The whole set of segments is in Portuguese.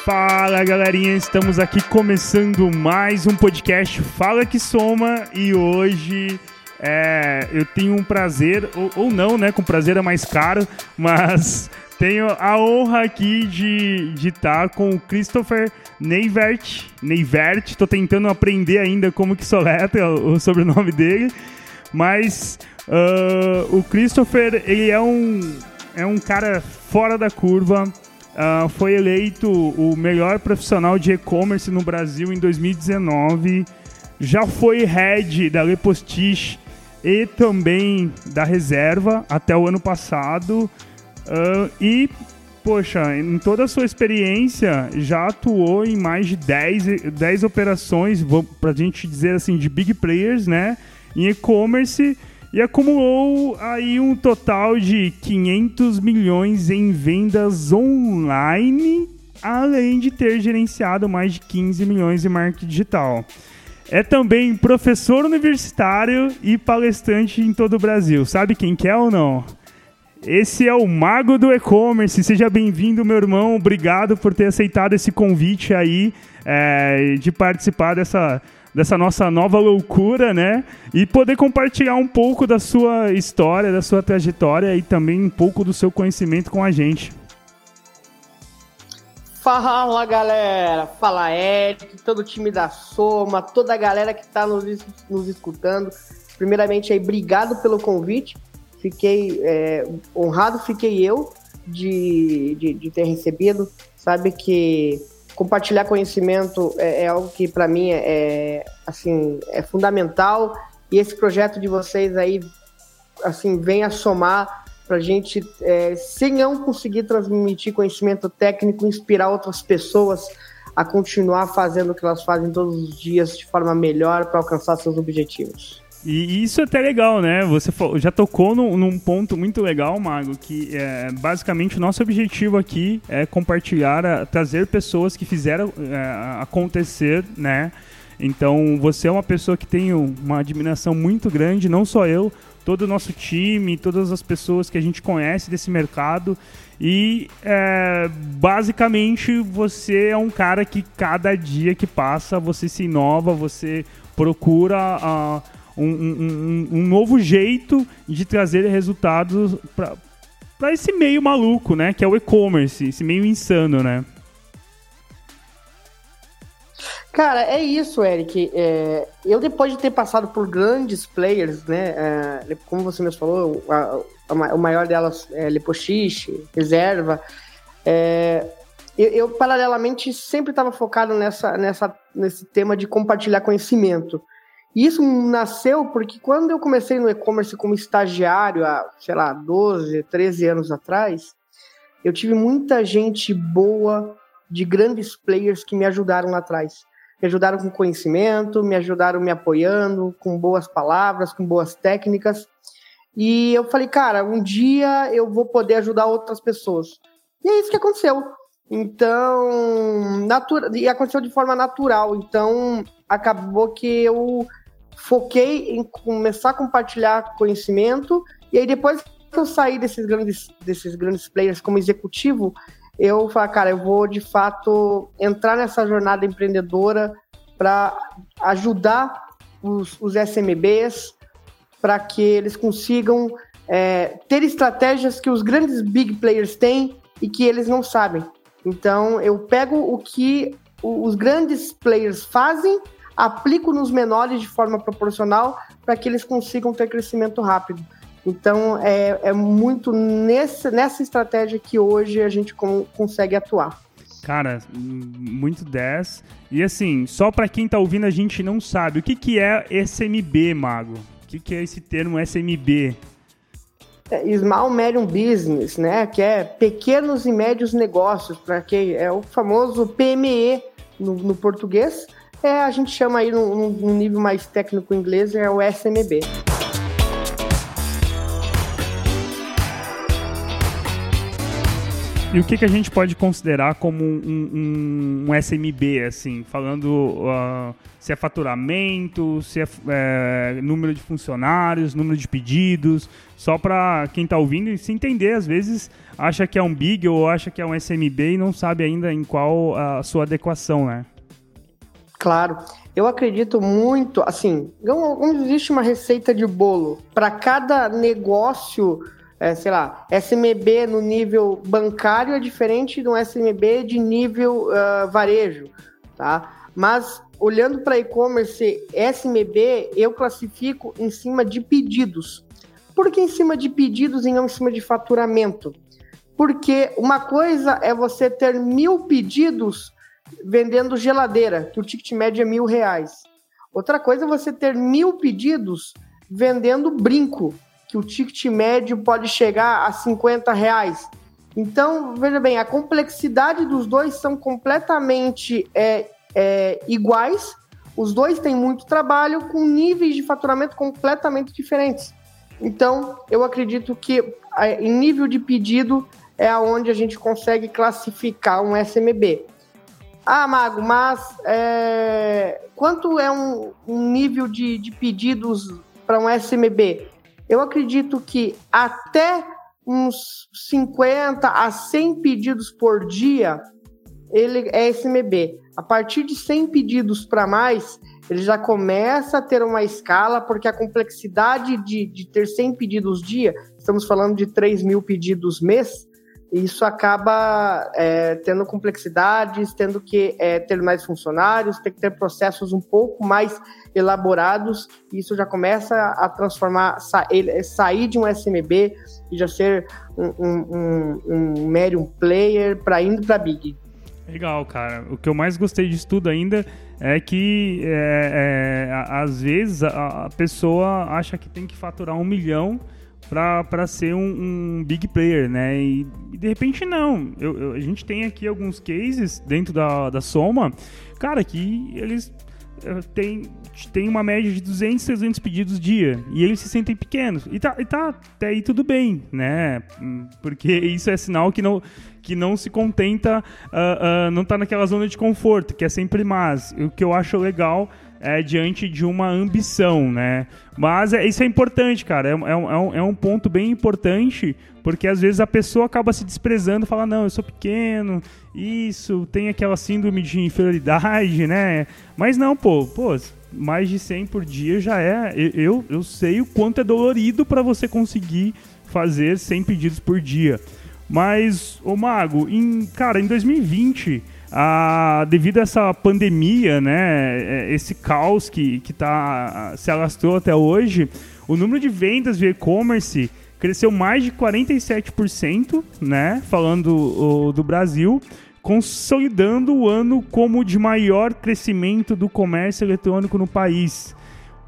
Fala galerinha, estamos aqui começando mais um podcast Fala Que Soma e hoje eu tenho um prazer, ou não, né, com prazer é mais caro, mas tenho a honra aqui de estar com o Christopher Neivert, tô tentando aprender ainda como que soleta o sobrenome dele, mas o Christopher, ele é um cara fora da curva. Foi eleito o melhor profissional de e-commerce no Brasil em 2019. Já foi head da Le Postiche e também da Reserva até o ano passado. E, poxa, em toda a sua experiência, já atuou em mais de 10 operações, pra gente dizer assim, de big players, né, em e-commerce. E acumulou aí um total de 500 milhões em vendas online, além de ter gerenciado mais de 15 milhões em marketing digital. É também professor universitário e palestrante em todo o Brasil. Sabe quem que é ou não? Esse é o mago do e-commerce. Seja bem-vindo, meu irmão. Obrigado por ter aceitado esse convite aí de participar dessa nossa nova loucura, né? E poder compartilhar um pouco da sua história, da sua trajetória e também um pouco do seu conhecimento com a gente. Fala, galera! Fala, Eric, todo o time da Soma, toda a galera que está nos escutando. Primeiramente, aí, obrigado pelo convite. Fiquei honrado, fiquei eu de ter recebido. Sabe que compartilhar conhecimento é algo que para mim é fundamental, e esse projeto de vocês aí assim, vem a somar para a gente, se não conseguir transmitir conhecimento técnico, inspirar outras pessoas a continuar fazendo o que elas fazem todos os dias de forma melhor para alcançar seus objetivos. E isso é até legal, né? Você já tocou num ponto muito legal, Mago, que basicamente o nosso objetivo aqui é compartilhar, trazer pessoas que fizeram acontecer, né? Então, você é uma pessoa que tem uma admiração muito grande, não só eu, todo o nosso time, todas as pessoas que a gente conhece desse mercado. E, basicamente, você é um cara que cada dia que passa, você se inova, você procura um novo jeito de trazer resultados para esse meio maluco, né? Que é o e-commerce, esse meio insano, né? Cara, é isso, Eric. Eu, depois de ter passado por grandes players, né? Como você mesmo falou, o maior delas é Le Postiche, Reserva. Eu, paralelamente, sempre estava focado nesse tema de compartilhar conhecimento. E isso nasceu porque quando eu comecei no e-commerce como estagiário, há, 12, 13 anos atrás, eu tive muita gente boa, de grandes players que me ajudaram lá atrás. Me ajudaram com conhecimento, me ajudaram me apoiando, com boas palavras, com boas técnicas. E eu falei, cara, um dia eu vou poder ajudar outras pessoas. E é isso que aconteceu. Então, e aconteceu de forma natural. Então, acabou que eu foquei em começar a compartilhar conhecimento, e aí depois que eu saí desses grandes players como executivo, eu falei, cara, eu vou de fato entrar nessa jornada empreendedora para ajudar os SMBs, para que eles consigam ter estratégias que os grandes big players têm e que eles não sabem. Então, eu pego o que os grandes players fazem, aplico nos menores de forma proporcional para que eles consigam ter crescimento rápido. Então, é muito nessa estratégia que hoje a gente consegue atuar. Cara, muito 10. E assim, só para quem tá ouvindo, a gente não sabe. O que é SMB, Mago? O que é esse termo SMB? Small Medium Business, né? Que é pequenos e médios negócios, para que é o famoso PME no português. A gente chama aí num nível mais técnico em inglês, é o SMB. E o que a gente pode considerar como um SMB, assim, falando se é faturamento, se é número de funcionários, número de pedidos, só para quem está ouvindo e se entender, às vezes acha que é um Big ou acha que é um SMB e não sabe ainda em qual a sua adequação, né? Claro. Eu acredito muito, assim, não existe uma receita de bolo. Para cada negócio, sei lá, SMB no nível bancário é diferente de um SMB de nível varejo, tá? Mas, olhando para e-commerce, SMB, eu classifico em cima de pedidos. Por que em cima de pedidos e não em cima de faturamento? Porque uma coisa é você ter 1.000 pedidos vendendo geladeira, que o ticket médio é R$1.000. Outra coisa é você ter 1.000 pedidos vendendo brinco, que o ticket médio pode chegar a R$50. Então, veja bem, a complexidade dos dois são completamente iguais, os dois têm muito trabalho com níveis de faturamento completamente diferentes. Então, eu acredito que em nível de pedido é onde a gente consegue classificar um SMB. Ah, Mago, mas quanto é um nível de pedidos para um SMB? Eu acredito que até uns 50 a 100 pedidos por dia, ele é SMB. A partir de 100 pedidos para mais, ele já começa a ter uma escala, porque a complexidade de ter 100 pedidos dia, estamos falando de 3.000 pedidos mês, isso acaba tendo complexidades, tendo que ter mais funcionários, ter que ter processos um pouco mais elaborados, e isso já começa a transformar, sair de um SMB e já ser um medium player para indo para Big. Legal, cara. O que eu mais gostei disso tudo ainda é que às vezes a pessoa acha que tem que faturar 1 milhão para ser um big player, né? E de repente não. A gente tem aqui alguns cases dentro da Soma, cara, que eles têm uma média de 200, 300 pedidos dia, e eles se sentem pequenos. E tá até aí tudo bem, né? Porque isso é sinal que não se contenta, não tá naquela zona de conforto, que é sempre mais. O que eu acho legal diante de uma ambição, né? Mas isso é importante, cara. É um ponto bem importante, porque às vezes a pessoa acaba se desprezando, fala, não, eu sou pequeno, isso, tem aquela síndrome de inferioridade, né? Mas não, pô, mais de 100 por dia já é... Eu sei o quanto é dolorido para você conseguir fazer 100 pedidos por dia. Mas, ô Mago, em 2020... devido a essa pandemia, né, esse caos que se alastrou até hoje, o número de vendas de e-commerce cresceu mais de 47%, né, falando do Brasil, consolidando o ano como o de maior crescimento do comércio eletrônico no país.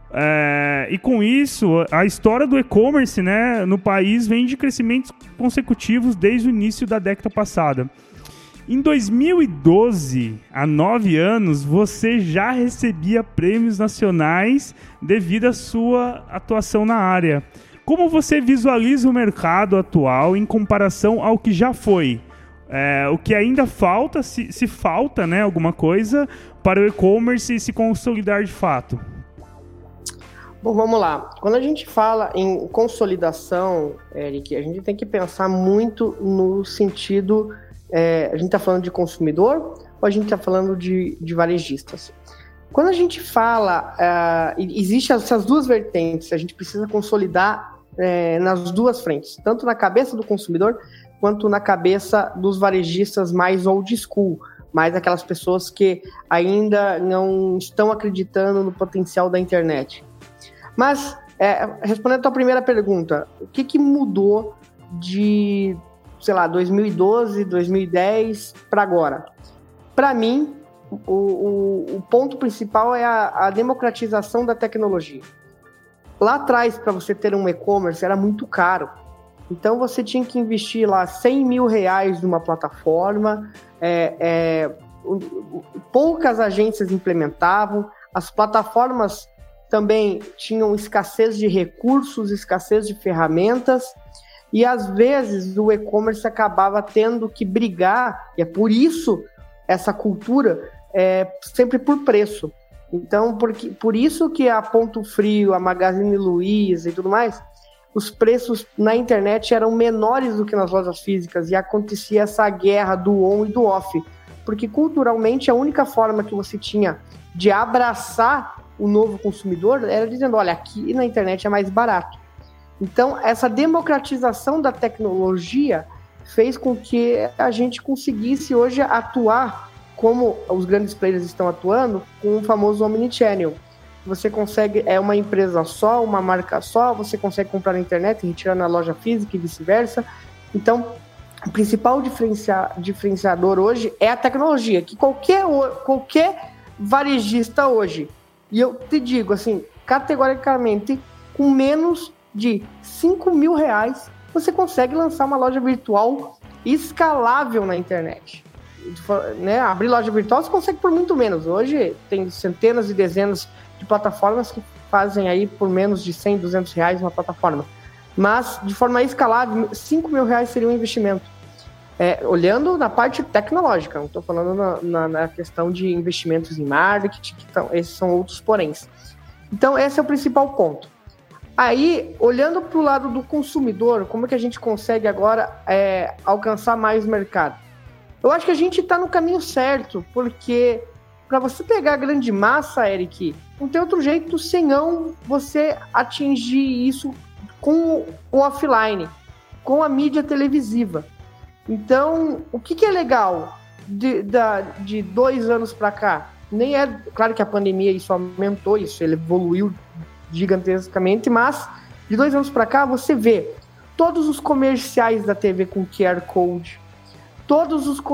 E com isso, a história do e-commerce, né, no país vem de crescimentos consecutivos desde o início da década passada. Em 2012, há 9 anos, você já recebia prêmios nacionais devido à sua atuação na área. Como você visualiza o mercado atual em comparação ao que já foi? O que ainda falta, se falta, né, alguma coisa, para o e-commerce se consolidar de fato? Bom, vamos lá. Quando a gente fala em consolidação, Eric, a gente tem que pensar muito no sentido... a gente está falando de consumidor ou a gente está falando de varejistas? Quando a gente fala, existem essas duas vertentes, a gente precisa consolidar nas duas frentes, tanto na cabeça do consumidor quanto na cabeça dos varejistas mais old school, mais aquelas pessoas que ainda não estão acreditando no potencial da internet. Mas, respondendo a tua primeira pergunta, o que mudou de... sei lá, 2012, 2010 para agora? Para mim, o ponto principal é a democratização da tecnologia. Lá atrás, para você ter um e-commerce, era muito caro. Então, você tinha que investir lá R$100 mil numa plataforma, poucas agências implementavam, as plataformas também tinham escassez de recursos, escassez de ferramentas, E às vezes o e-commerce acabava tendo que brigar, e é por isso essa cultura é sempre por preço. Então, por isso que a Ponto Frio, a Magazine Luiza e tudo mais, os preços na internet eram menores do que nas lojas físicas, e acontecia essa guerra do on e do off, porque culturalmente a única forma que você tinha de abraçar o novo consumidor era dizendo, olha, aqui na internet é mais barato. Então, essa democratização da tecnologia fez com que a gente conseguisse hoje atuar como os grandes players estão atuando com o famoso omnichannel. Você consegue, é uma empresa só, uma marca só, você consegue comprar na internet e retirar na loja física e vice-versa. Então, o principal diferenciador hoje é a tecnologia, que qualquer varejista hoje, e eu te digo assim, categoricamente, com menos de R$5.000, você consegue lançar uma loja virtual escalável na internet. Né? Abrir loja virtual você consegue por muito menos. Hoje tem centenas e dezenas de plataformas que fazem aí por menos de R$100, R$200 uma plataforma. Mas, de forma escalável, R$5.000 seria um investimento. Olhando na parte tecnológica, não estou falando na questão de investimentos em marketing, então, esses são outros poréns. Então, esse é o principal ponto. Aí, olhando para o lado do consumidor, como é que a gente consegue agora alcançar mais mercado? Eu acho que a gente está no caminho certo, porque para você pegar a grande massa, Eric, não tem outro jeito senão você atingir isso com o offline, com a mídia televisiva. Então, o que é legal de 2 anos para cá? Nem é claro que a pandemia isso aumentou, isso ele evoluiu gigantescamente, mas de 2 anos para cá você vê todos os comerciais da TV com QR Code, todos os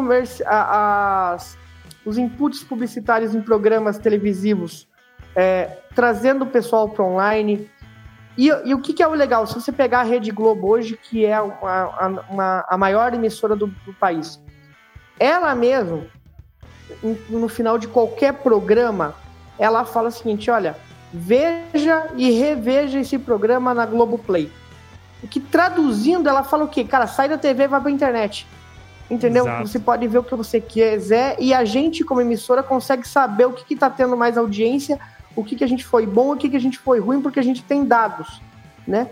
os inputs publicitários em programas televisivos, trazendo o pessoal para online. E o que é o legal? Se você pegar a Rede Globo hoje, que é a maior emissora do país, ela mesmo, no final de qualquer programa, ela fala o seguinte, olha, veja e reveja esse programa na Globoplay. O que traduzindo, ela fala o quê? Cara, sai da TV e vai para a internet. Entendeu? Exato. Você pode ver o que você quiser e a gente, como emissora, consegue saber o que está tendo mais audiência, o que a gente foi bom, o que a gente foi ruim, porque a gente tem dados, né?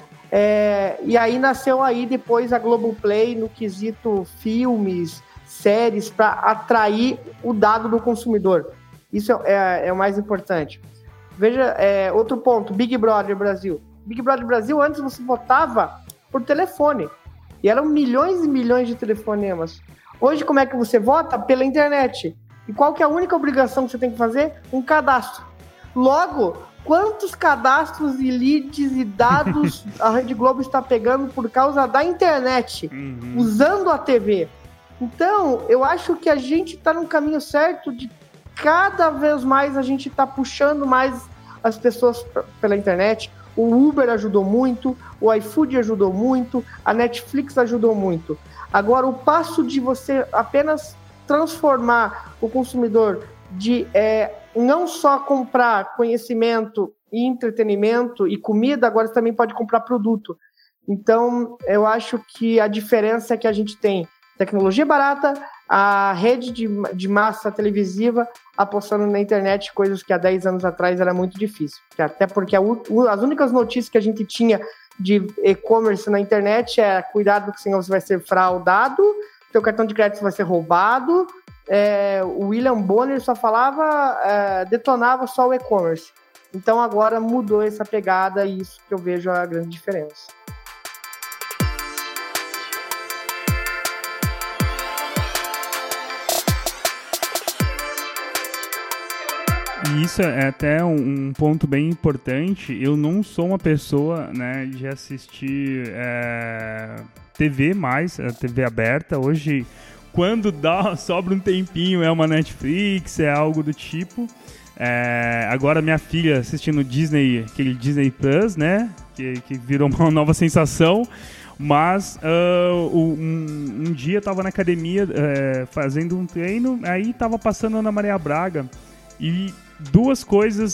E aí nasceu aí depois a Globoplay no quesito filmes, séries, para atrair o dado do consumidor. Isso é o mais importante. Veja, outro ponto, Big Brother Brasil. Big Brother Brasil, antes você votava por telefone. E eram milhões e milhões de telefonemas. Hoje, como é que você vota? Pela internet. E qual que é a única obrigação que você tem que fazer? Um cadastro. Logo, quantos cadastros e leads e dados a Rede Globo está pegando por causa da internet, usando a TV? Então, eu acho que a gente está no caminho certo de cada vez mais a gente está puxando mais as pessoas pela internet. O Uber ajudou muito, o iFood ajudou muito, a Netflix ajudou muito. Agora, o passo de você apenas transformar o consumidor de não só comprar conhecimento e entretenimento e comida, agora você também pode comprar produto. Então, eu acho que a diferença é que a gente tem tecnologia barata, a rede de massa televisiva apostando na internet, coisas que há 10 anos atrás era muito difícil. Até porque as únicas notícias que a gente tinha de e-commerce na internet é cuidado que senão você vai ser fraudado, teu cartão de crédito vai ser roubado. O William Bonner só falava, detonava só o e-commerce. Então agora mudou essa pegada e isso que eu vejo a grande diferença. E isso é até um ponto bem importante. Eu não sou uma pessoa, né, de assistir TV mais, TV aberta. Hoje, quando sobra um tempinho, é uma Netflix, é algo do tipo. Agora minha filha assistindo Disney, aquele Disney Plus, né, que virou uma nova sensação. Mas um dia eu tava na academia fazendo um treino, aí tava passando Ana Maria Braga e 2 coisas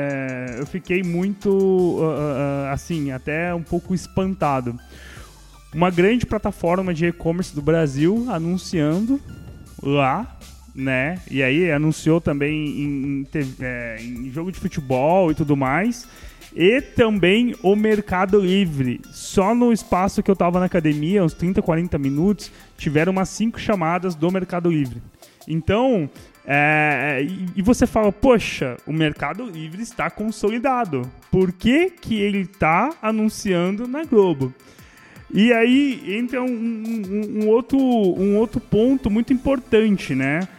eu fiquei muito, assim, até um pouco espantado. uma grande plataforma de e-commerce do Brasil anunciando lá, né? E aí anunciou também em jogo de futebol e tudo mais. E também o Mercado Livre. Só no espaço que eu tava na academia, uns 30, 40 minutos, tiveram umas 5 chamadas do Mercado Livre. Então, e você fala, poxa, o Mercado Livre está consolidado. Por que que ele está anunciando na Globo? E aí entra um outro ponto muito importante, né?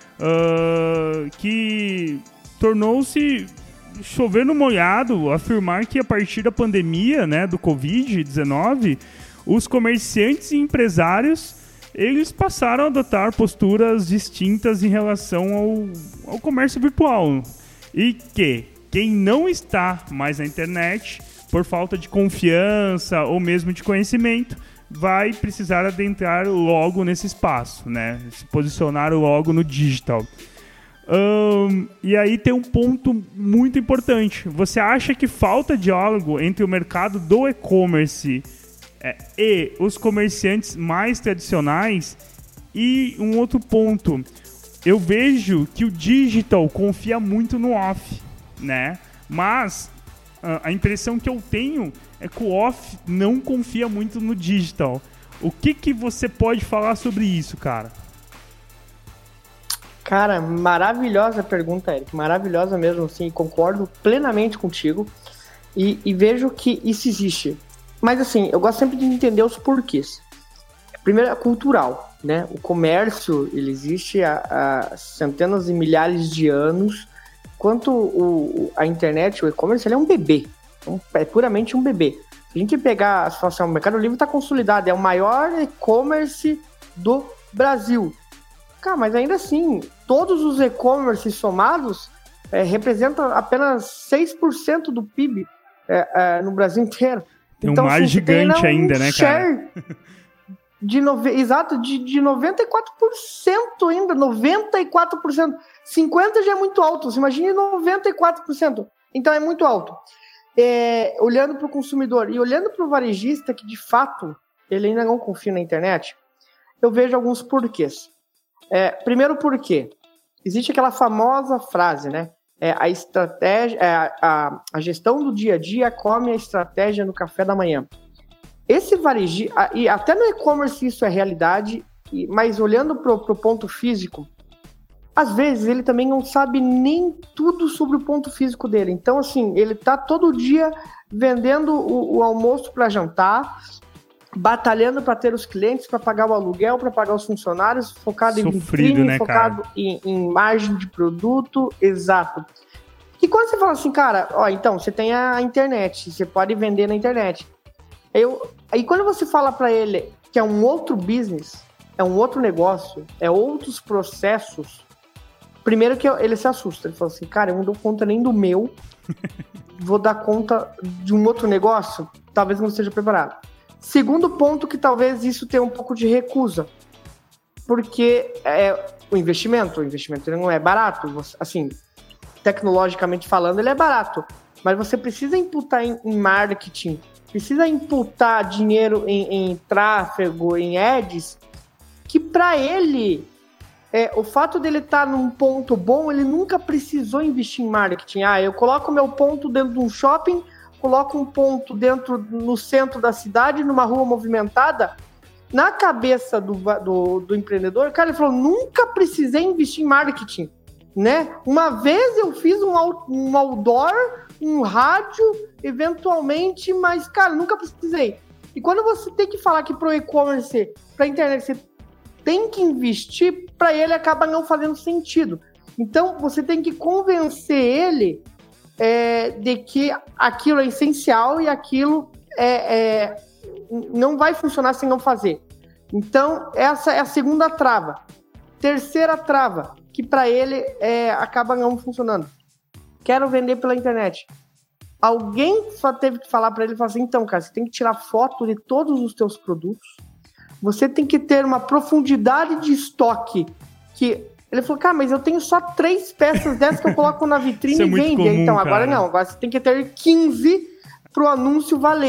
Que tornou-se chover no molhado afirmar que a partir da pandemia, né, do Covid-19, os comerciantes e empresários eles passaram a adotar posturas distintas em relação ao comércio virtual. E que quem não está mais na internet, por falta de confiança ou mesmo de conhecimento, vai precisar adentrar logo nesse espaço, né? Se posicionar logo no digital. E aí tem um ponto muito importante. Você acha que falta diálogo entre o mercado do e-commerce e os comerciantes mais tradicionais? E um outro ponto, eu vejo que o digital confia muito no off, né? Mas a impressão que eu tenho é que o off não confia muito no digital. O que você pode falar sobre isso, cara? Cara, maravilhosa pergunta, Eric. Maravilhosa mesmo, assim. Concordo plenamente contigo. E vejo que isso existe. Mas, assim, eu gosto sempre de entender os porquês. Primeiro, é cultural, né? O comércio, ele existe há centenas de milhares de anos. Enquanto a internet, o e-commerce, ele é um bebê. Então, é puramente um bebê. Se a gente pegar a situação, o Mercado Livre está consolidado. É o maior e-commerce do Brasil. Cara, mas ainda assim, todos os e-commerce somados representam apenas 6% do PIB no Brasil inteiro. Tem então, um mar gigante ainda, né, cara? Exato, de 94% ainda, 94%. 50% já é muito alto, você imagine 94%. Então é muito alto. Olhando para o consumidor e olhando para o varejista, que de fato ele ainda não confia na internet, eu vejo alguns porquês. Primeiro porquê, existe aquela famosa frase, né? A estratégia, a gestão do dia a dia come a estratégia no café da manhã. Esse varejista, e até no e-commerce isso é realidade, mas olhando para o ponto físico, às vezes ele também não sabe nem tudo sobre o ponto físico dele. Então, assim, ele está todo dia vendendo o almoço para jantar, batalhando para ter os clientes, para pagar o aluguel, para pagar os funcionários, focado em vitrine, né, focado em margem de produto, exato. E quando você fala assim, cara, então, você tem a internet, você pode vender na internet. Aí quando você fala para ele que é um outro business, é um outro negócio, é outros processos, primeiro que ele se assusta, ele fala assim, cara, eu não dou conta nem do meu, vou dar conta de um outro negócio, talvez não esteja preparado. Segundo ponto, que talvez isso tenha um pouco de recusa, porque o investimento ele não é barato, assim, tecnologicamente falando, ele é barato, mas você precisa imputar em marketing, precisa imputar dinheiro em tráfego, em ads, que para ele, o fato dele estar num ponto bom, ele nunca precisou investir em marketing. Eu coloco meu ponto dentro de um shopping, coloco um ponto no centro da cidade, numa rua movimentada. Na cabeça do empreendedor, cara, ele falou, nunca precisei investir em marketing, né? Uma vez eu fiz um outdoor, um rádio, eventualmente, mas, cara, nunca precisei. E quando você tem que falar que pro e-commerce, pra internet, você tem que investir, para ele acaba não fazendo sentido. Então, você tem que convencer ele de que aquilo é essencial e aquilo não vai funcionar sem não fazer. Então, essa é a segunda trava. Terceira trava, que para ele acaba não funcionando. Quero vender pela internet. Alguém só teve que falar para ele, falar assim, então, cara, você tem que tirar foto de todos os teus produtos, você tem que ter uma profundidade de estoque, que ele falou, cara, mas eu tenho só 3 peças dessas que eu coloco na vitrine e vende. Comum, então, cara. Agora não, agora você tem que ter 15 pro anúncio valer.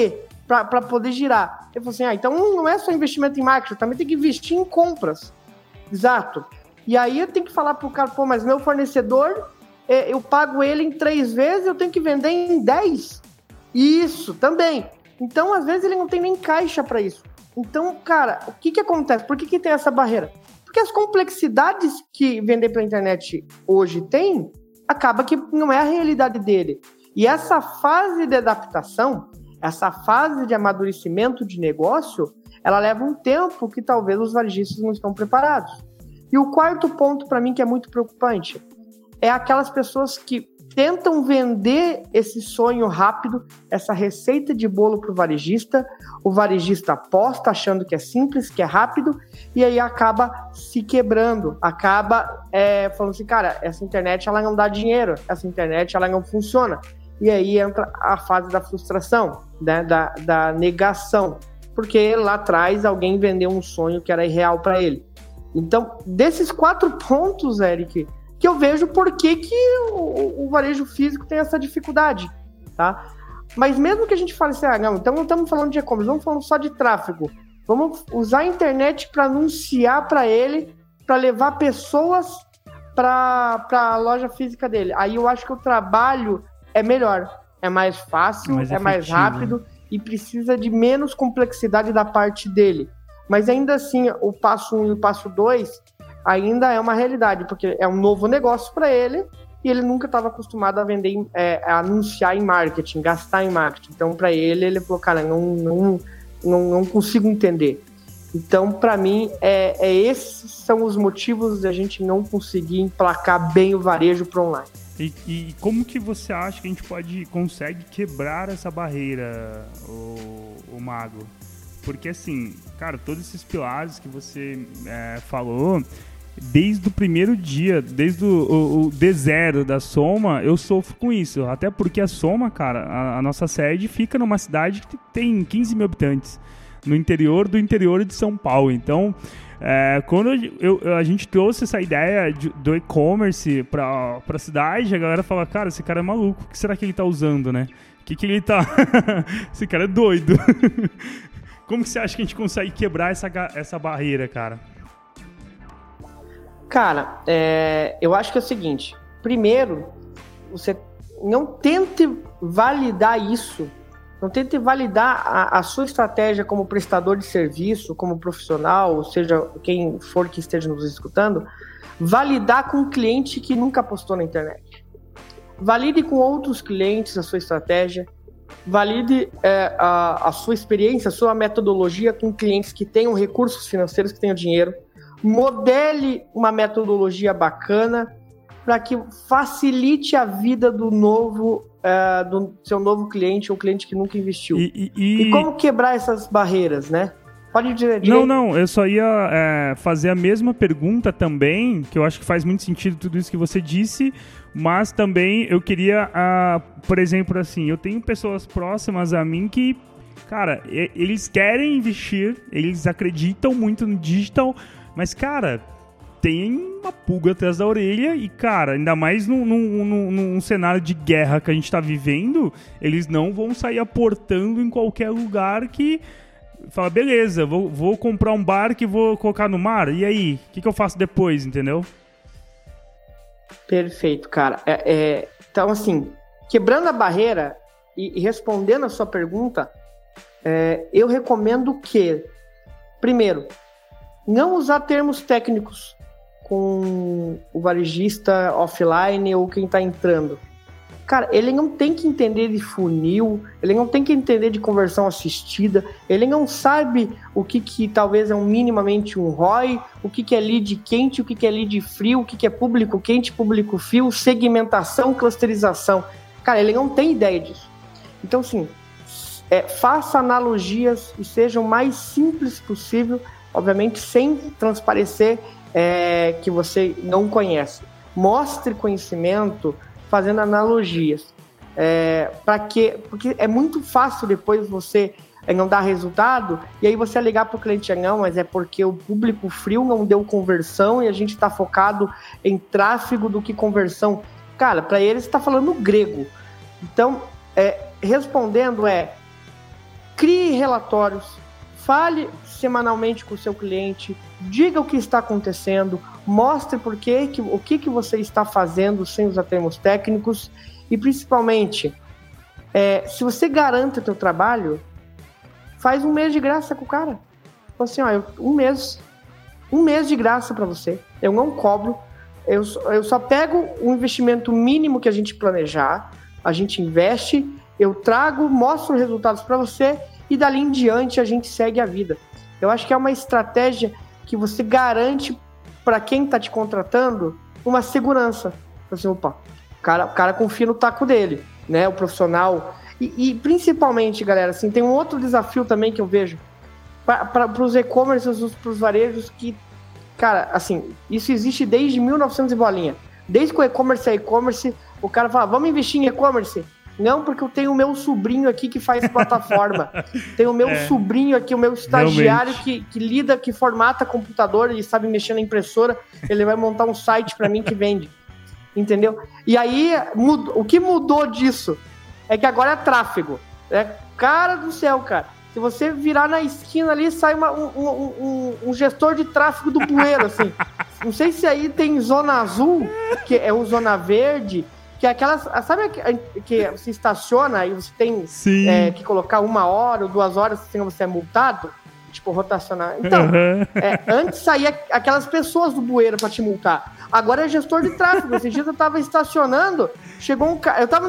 para poder girar. Ele falou assim, então não é só investimento em marketing, também tem que investir em compras. Exato. E aí eu tenho que falar pro cara, mas meu fornecedor, eu pago ele em 3 vezes, eu tenho que vender em 10. Isso, também. Então, às vezes, ele não tem nem caixa para isso. Então, cara, o que acontece? Por que tem essa barreira? Porque as complexidades que vender pela internet hoje tem, acaba que não é a realidade dele. E essa fase de adaptação, essa fase de amadurecimento de negócio, ela leva um tempo que talvez os varejistas não estão preparados. E o quarto ponto, para mim, que é muito preocupante, é aquelas pessoas que tentam vender esse sonho rápido, essa receita de bolo para o varejista aposta achando que é simples, que é rápido, e aí acaba se quebrando, acaba falando assim, cara, essa internet ela não dá dinheiro, essa internet ela não funciona. E aí entra a fase da frustração, né, da negação, porque lá atrás alguém vendeu um sonho que era irreal para ele. Então, desses 4 pontos, Eric, que eu vejo por que o varejo físico tem essa dificuldade, tá? Mas mesmo que a gente fale assim, não, então não estamos falando de e-commerce, vamos falando só de tráfego. Vamos usar a internet para anunciar para ele, para levar pessoas para a loja física dele. Aí eu acho que o trabalho é melhor, é mais fácil, mais rápido e precisa de menos complexidade da parte dele. Mas ainda assim, o passo 1 e o passo 2 ainda é uma realidade, porque é um novo negócio para ele e ele nunca estava acostumado a vender, a anunciar em marketing, gastar em marketing. Então, para ele falou, cara, não consigo entender. Então, para mim, esses são os motivos de a gente não conseguir emplacar bem o varejo para online. E como que você acha que a gente consegue quebrar essa barreira, o Mago? Porque assim, cara, todos esses pilares que você falou, desde o primeiro dia, desde o D0 da Soma, eu sofro com isso. Até porque a Soma, cara, a nossa sede fica numa cidade que tem 15 mil habitantes, no interior do interior de São Paulo. Então, quando a gente trouxe essa ideia do e-commerce pra cidade, a galera fala, cara, esse cara é maluco, o que será que ele tá usando, né? O que ele tá... esse cara é doido. Como que você acha que a gente consegue quebrar essa barreira, cara? Cara, eu acho que é o seguinte. Primeiro, você não tente validar isso. Não tente validar a sua estratégia como prestador de serviço, como profissional, ou seja, quem for que esteja nos escutando, validar com um cliente que nunca postou na internet. Valide com outros clientes a sua estratégia. Valide a sua experiência, a sua metodologia com clientes que tenham recursos financeiros, que tenham dinheiro. Modele uma metodologia bacana para que facilite a vida do seu novo cliente ou cliente que nunca investiu. E como quebrar essas barreiras, né? Pode dizer. Não, eu só ia fazer a mesma pergunta também, que eu acho que faz muito sentido tudo isso que você disse, mas também eu queria, por exemplo, assim, eu tenho pessoas próximas a mim que, cara, eles querem investir, eles acreditam muito no digital, mas, cara, tem uma pulga atrás da orelha e, cara, ainda mais num cenário de guerra que a gente tá vivendo, eles não vão sair aportando em qualquer lugar que... Fala, beleza, vou comprar um barco e vou colocar no mar, e aí? O que eu faço depois, entendeu? Perfeito, cara. Então, assim, quebrando a barreira e respondendo a sua pergunta, eu recomendo que, primeiro, não usar termos técnicos com o varejista offline ou quem está entrando. Cara, ele não tem que entender de funil, ele não tem que entender de conversão assistida, ele não sabe o que talvez é minimamente um ROI, o que é lead quente, o que é lead frio, o que é público quente, público frio, segmentação, clusterização. Cara, ele não tem ideia disso. Então, assim, faça analogias e seja o mais simples possível, obviamente sem transparecer que você não conhece. Mostre conhecimento fazendo analogias. Porque é muito fácil depois você não dar resultado e aí você ligar para o cliente, não, mas é porque o público frio não deu conversão e a gente está focado em tráfego do que conversão. Cara, para eles está falando grego. Então, respondendo crie relatórios, fale semanalmente com o seu cliente, diga o que está acontecendo, mostre o que você está fazendo sem usar termos técnicos e, principalmente, se você garante o teu trabalho, faz 1 mês de graça com o cara. Então, assim, ó, 1 mês de graça para você. Eu não cobro, eu só pego o investimento mínimo que a gente planejar, a gente investe, eu trago, mostro os resultados para você e dali em diante a gente segue a vida. Eu acho que é uma estratégia que você garante para quem está te contratando uma segurança. Assim, opa, o cara confia no taco dele, né? O profissional. E principalmente, galera, assim, tem um outro desafio também que eu vejo para os e-commerces, para os varejos, que, cara, assim, isso existe desde 1900 e bolinha. Desde que o e-commerce é e-commerce, o cara fala, vamos investir em e-commerce? Não, porque eu tenho o meu sobrinho aqui que faz plataforma. Tenho o meu sobrinho aqui, o meu estagiário que lida, que formata computador, ele sabe mexer na impressora, ele vai montar um site para mim que vende. Entendeu? E aí, o que mudou disso é que agora é tráfego. Cara do céu, cara. Se você virar na esquina ali, sai um gestor de tráfego do bueiro, assim. Não sei se aí tem zona azul, que é o zona verde, que é aquelas... Sabe que você estaciona e você tem que colocar 1 hora ou 2 horas, senão você é multado? Tipo, rotacionar. Então, antes saía aquelas pessoas do bueiro pra te multar. Agora é gestor de tráfego. Esse dia eu tava estacionando, chegou um cara... Eu tava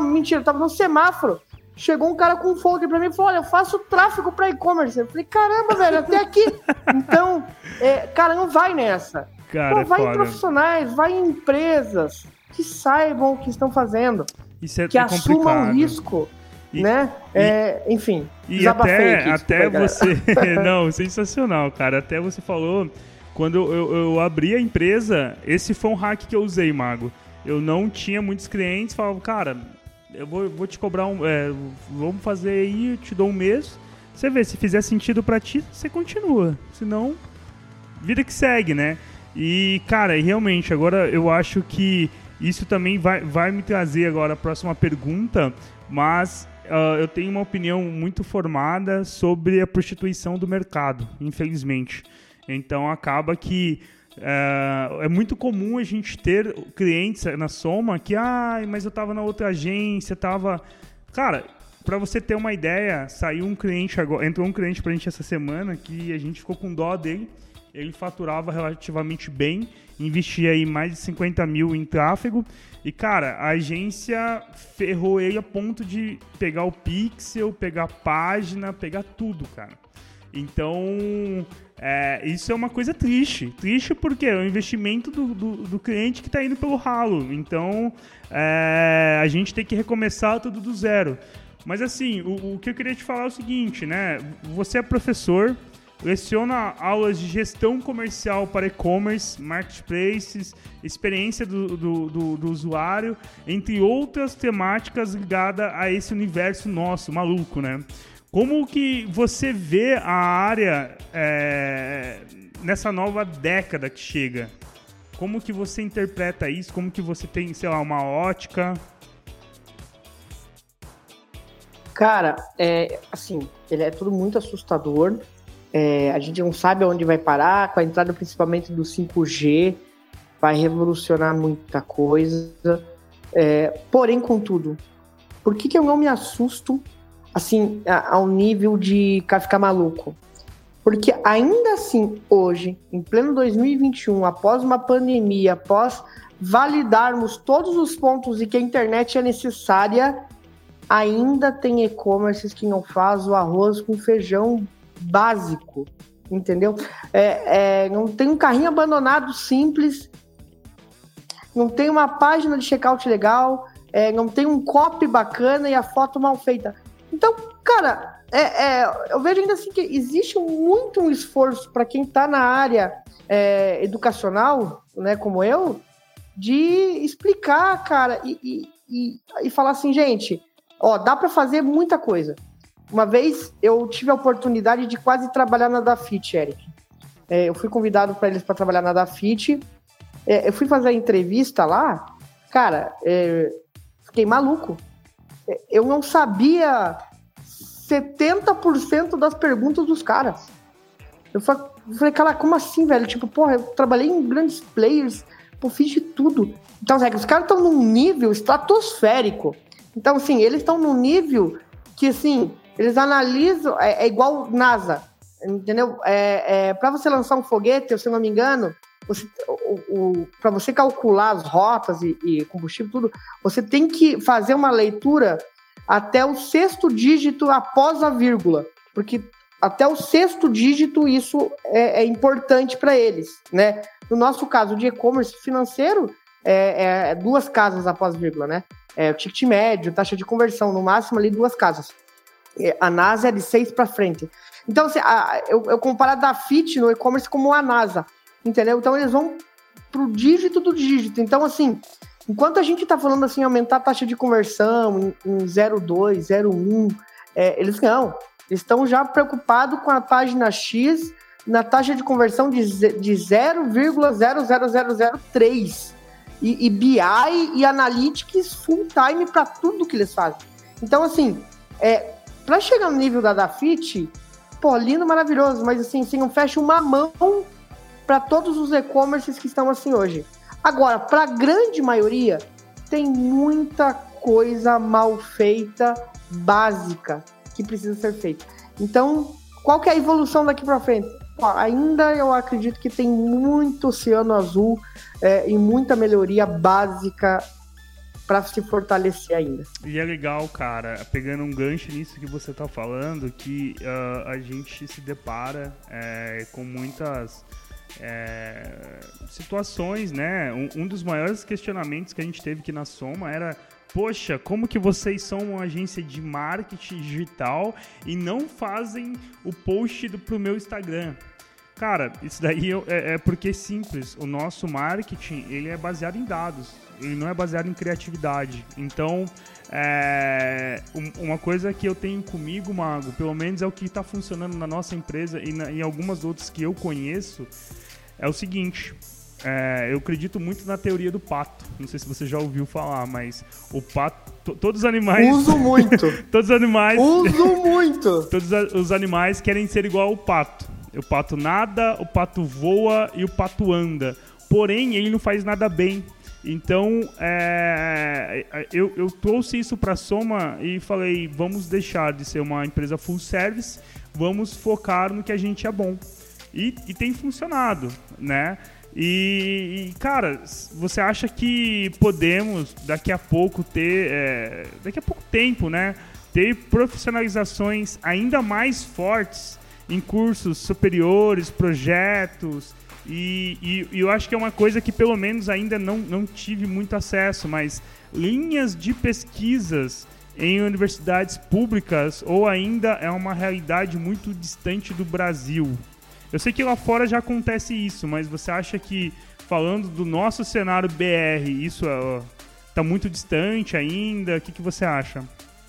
no semáforo. Chegou um cara com um folder pra mim e falou, olha, eu faço tráfego pra e-commerce. Eu falei, caramba, velho, até aqui. Então, cara, não vai nessa. Cara, vai em profissionais, vai em empresas que saibam o que estão fazendo. Isso que assumam o risco, né? Enfim, e até você... Não, sensacional, cara. Até você falou, quando eu abri a empresa, esse foi um hack que eu usei, Mago. Eu não tinha muitos clientes, falava, cara, eu vou te cobrar vamos fazer aí, eu te dou 1 mês. Você vê, se fizer sentido pra ti, você continua. Senão, vida que segue, né? E, cara, realmente, agora eu acho que isso também vai me trazer agora a próxima pergunta, mas eu tenho uma opinião muito formada sobre a prostituição do mercado, infelizmente. Então acaba que é muito comum a gente ter clientes na Soma que, mas eu estava na outra agência, estava... Cara, para você ter uma ideia, entrou um cliente pra gente essa semana que a gente ficou com dó dele. Ele faturava relativamente bem, investia aí mais de 50 mil em tráfego. E, cara, a agência ferrou ele a ponto de pegar o pixel, pegar a página, pegar tudo, cara. Então, isso é uma coisa triste. Triste porque é o investimento do cliente que está indo pelo ralo. Então, a gente tem que recomeçar tudo do zero. Mas, assim, o que eu queria te falar é o seguinte, né? Você é professor... Leciona aulas de gestão comercial para e-commerce, marketplaces, experiência do usuário, entre outras temáticas ligadas a esse universo nosso, maluco, né? Como que você vê a área nessa nova década que chega? Como que você interpreta isso? Como que você tem, sei lá, uma ótica? Cara, assim, ele é tudo muito assustador. A gente não sabe aonde vai parar, com a entrada principalmente do 5G, vai revolucionar muita coisa. Porém, contudo, por que eu não me assusto assim, ao nível de ficar maluco? Porque ainda assim, hoje, em pleno 2021, após uma pandemia, após validarmos todos os pontos e que a internet é necessária, ainda tem e-commerces que não faz o arroz com feijão básico, entendeu? Não tem um carrinho abandonado simples, não tem uma página de checkout legal, não tem um copy bacana e a foto mal feita. Então, cara, eu vejo ainda assim que existe muito um esforço para quem está na área educacional, né, como eu, de explicar, cara, e falar assim, gente, dá para fazer muita coisa. Uma vez eu tive a oportunidade de quase trabalhar na Dafit, Eric. Eu fui convidado para eles para trabalhar na Dafit. Eu fui fazer a entrevista lá, cara, fiquei maluco. Eu não sabia 70% das perguntas dos caras. Eu falei, cara, como assim, velho? Tipo, porra, eu trabalhei em grandes players, pô, fiz de tudo. Então, os caras estão num nível estratosférico. Então, assim, eles estão num nível que, assim, eles analisam, é igual NASA, entendeu? Para você lançar um foguete, se eu não me engano, para você calcular as rotas e combustível, tudo, você tem que fazer uma leitura até o 6º dígito após a vírgula, porque até o 6º dígito isso é importante para eles, né? No nosso caso de e-commerce financeiro, 2 casas após vírgula, né? O ticket médio, taxa de conversão, no máximo ali 2 casas. A NASA é de 6 para frente. Então, assim, eu comparo a Dafit no e-commerce como a NASA, entendeu? Então, eles vão pro dígito do dígito. Então, assim, enquanto a gente tá falando assim, aumentar a taxa de conversão em 0,2, 0,1, eles não. Eles estão já preocupados com a página X na taxa de conversão de 0,00003. E BI e Analytics full time para tudo que eles fazem. Então, assim, para chegar no nível da Dafit, pô, lindo, maravilhoso, mas assim, não fecha uma mão para todos os e-commerces que estão assim hoje. Agora, para a grande maioria, tem muita coisa mal feita, básica, que precisa ser feita. Então, qual que é a evolução daqui para frente? Ainda eu acredito que tem muito oceano azul e muita melhoria básica para se fortalecer ainda. E é legal, cara, pegando um gancho nisso que você tá falando, que a gente se depara com muitas situações, né? Um dos maiores questionamentos que a gente teve aqui na Soma era: poxa, como que vocês são uma agência de marketing digital e não fazem o post pro meu Instagram? Cara, isso daí é porque é simples. O nosso marketing, ele é baseado em dados. Ele não é baseado em criatividade. Então, uma coisa que eu tenho comigo, Mago, pelo menos é o que está funcionando na nossa empresa e em algumas outras que eu conheço, é o seguinte: eu acredito muito na teoria do pato. Não sei se você já ouviu falar, mas o pato, todos os animais... Uso muito! Todos os animais... Uso muito! Todos os animais querem ser igual ao pato. O pato nada, o pato voa e o pato anda. Porém, ele não faz nada bem. Então, eu trouxe isso para a Soma e falei: vamos deixar de ser uma empresa full service, vamos focar no que a gente é bom. E tem funcionado, né? E, cara, você acha que podemos, daqui a pouco tempo, né, ter profissionalizações ainda mais fortes em cursos superiores, projetos, e eu acho que é uma coisa que pelo menos ainda não tive muito acesso, mas linhas de pesquisas em universidades públicas, ou ainda é uma realidade muito distante do Brasil? Eu sei que lá fora já acontece isso, mas você acha que, falando do nosso cenário BR, isso está muito distante ainda? O que você acha?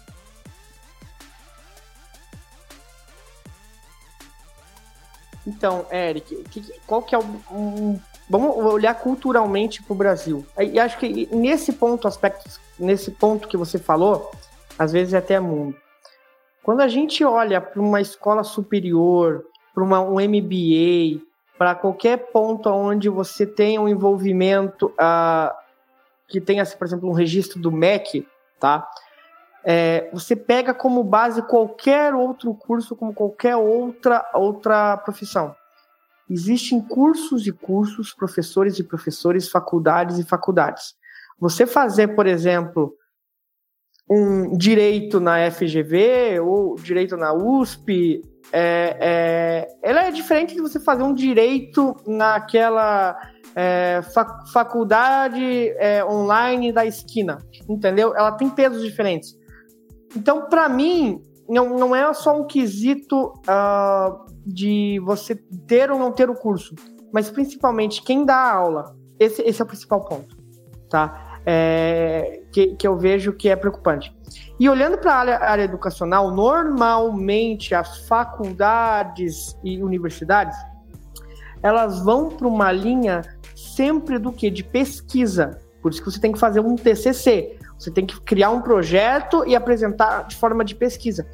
Então, Eric, qual que é vamos olhar culturalmente para o Brasil. E acho que nesse ponto que você falou, às vezes é até mundo. Quando a gente olha para uma escola superior, para um MBA, para qualquer ponto onde você tenha um envolvimento que tenha, por exemplo, um registro do MEC, tá? Você pega como base qualquer outro curso, como qualquer outra profissão. Existem cursos e cursos, professores e professores, faculdades e faculdades. Você fazer, por exemplo, um direito na FGV ou direito na USP, ela é diferente de você fazer um direito naquela faculdade online da esquina, entendeu? Ela tem pesos diferentes. Então, para mim, não é só um quesito de você ter ou não ter o curso, mas principalmente quem dá a aula. Esse é o principal ponto, tá? Que eu vejo que é preocupante. E olhando para a área educacional, normalmente as faculdades e universidades, elas vão para uma linha sempre do quê? De pesquisa. Por isso que você tem que fazer um TCC. Você tem que criar um projeto e apresentar de forma de pesquisa.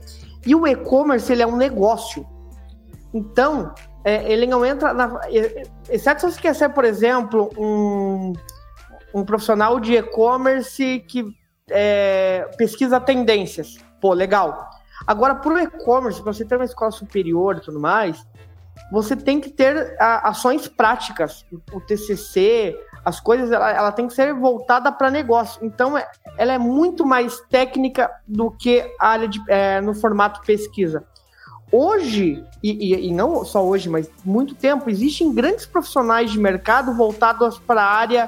E o e-commerce, ele é um negócio. Então, ele não entra exceto se você quer ser, por exemplo, um profissional de e-commerce que pesquisa tendências. Pô, legal. Agora, para o e-commerce, para você ter uma escola superior e tudo mais, você tem que ter ações práticas. O TCC, as coisas, ela tem que ser voltada para negócio. Então, ela é muito mais técnica do que a área no formato pesquisa. Hoje, e não só hoje, mas muito tempo, existem grandes profissionais de mercado voltados para a área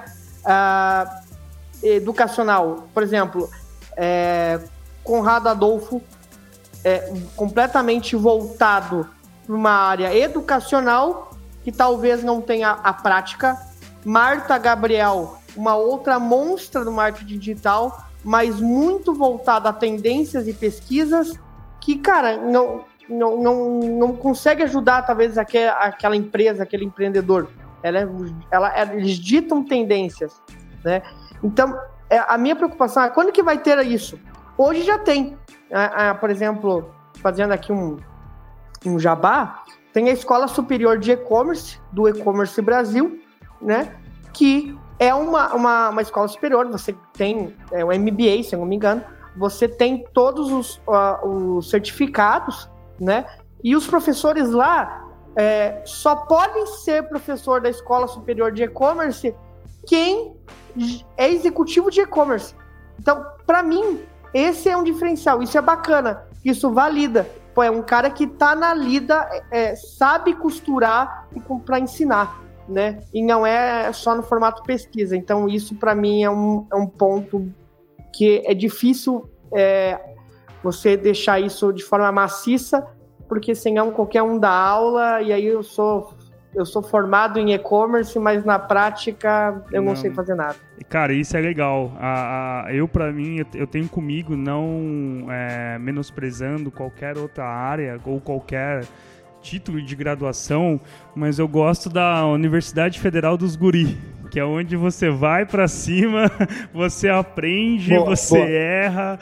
educacional. Por exemplo, Conrado Adolfo, completamente voltado para uma área educacional, que talvez não tenha a prática. Marta Gabriel, uma outra monstra do marketing digital, mas muito voltada a tendências e pesquisas, que, cara, não consegue ajudar, talvez, aquela empresa, aquele empreendedor. Eles ditam tendências, né? Então, a minha preocupação é quando que vai ter isso? Hoje já tem. Por exemplo, fazendo aqui um jabá, tem a Escola Superior de E-Commerce, do E-Commerce Brasil, né? Que é uma escola superior, você tem o MBA, se eu não me engano, você tem todos os certificados, né? E os professores lá só podem ser professor da Escola Superior de E-Commerce quem é executivo de e-commerce. Então, para mim, esse é um diferencial, isso é bacana, isso valida. Pô, é um cara que tá na lida, sabe costurar para ensinar, né? E não é só no formato pesquisa. Então, isso para mim é um ponto que é difícil você deixar isso de forma maciça, porque senão qualquer um dá aula, e aí eu sou formado em e-commerce, mas na prática eu não sei fazer nada. Cara, isso é legal. Pra mim, eu tenho comigo, não menosprezando qualquer outra área ou qualquer título de graduação, mas eu gosto da Universidade Federal dos Guri, que é onde você vai pra cima, você aprende, erra.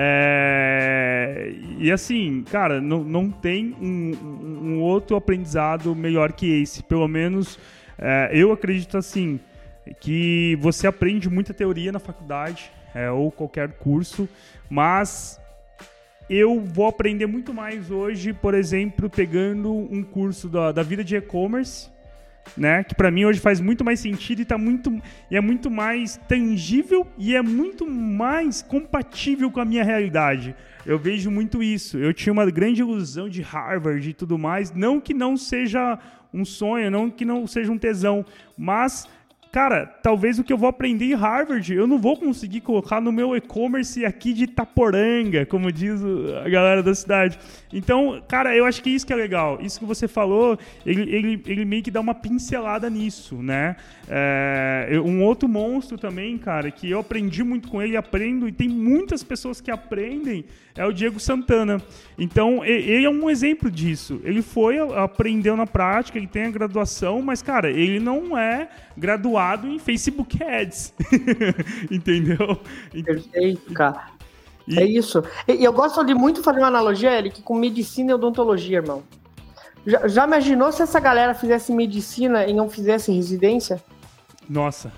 E assim, cara, não tem um outro aprendizado melhor que esse. Pelo menos eu acredito assim, que você aprende muita teoria na faculdade ou qualquer curso, mas eu vou aprender muito mais hoje, por exemplo, pegando um curso da vida de e-commerce, né? Que para mim hoje faz muito mais sentido e é muito mais tangível e é muito mais compatível com a minha realidade. Eu vejo muito isso. Eu tinha uma grande ilusão de Harvard e tudo mais, não que não seja um sonho, não que não seja um tesão, mas cara, talvez o que eu vou aprender em Harvard, eu não vou conseguir colocar no meu e-commerce aqui de Itaporanga, como diz a galera da cidade. Então, cara, eu acho que isso que é legal. Isso que você falou, ele meio que dá uma pincelada nisso, né? Um outro monstro também, cara, que eu aprendi muito com ele, aprendo, e tem muitas pessoas que aprendem, é o Diego Santana. Então, ele é um exemplo disso. Ele aprendeu na prática, ele tem a graduação, mas, cara, ele não é graduado em Facebook Ads. Entendeu? Perfeito, cara. É isso. E eu gosto de muito fazer uma analogia, Eric, com medicina e odontologia, irmão. Já imaginou se essa galera fizesse medicina e não fizesse residência? Nossa.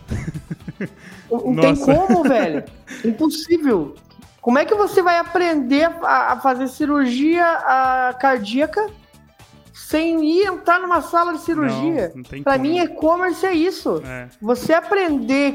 Não tem como, velho. Impossível. Como é que você vai aprender a fazer cirurgia cardíaca sem ir entrar numa sala de cirurgia? Não tem. Pra mim, e-commerce é isso. Você aprender,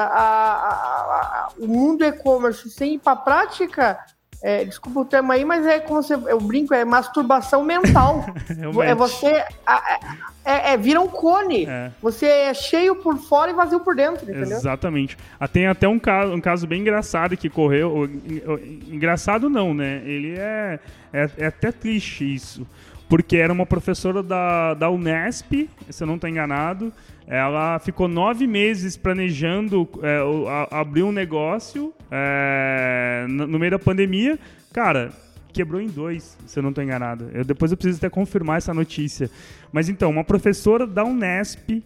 cara, o mundo e-commerce sem ir pra prática, desculpa o termo aí, mas eu brinco, é masturbação mental. Você vira um cone. Você é cheio por fora e vazio por dentro, entendeu? Exatamente. Tem até um caso bem engraçado que correu. Engraçado não, né? Ele é até triste isso. Porque era uma professora da Unesp, se eu não estou enganado. Ela ficou 9 meses planejando abrir um negócio no meio da pandemia. Cara, quebrou em 2, se eu não estou enganado. Depois eu preciso até confirmar essa notícia. Mas então, uma professora da Unesp,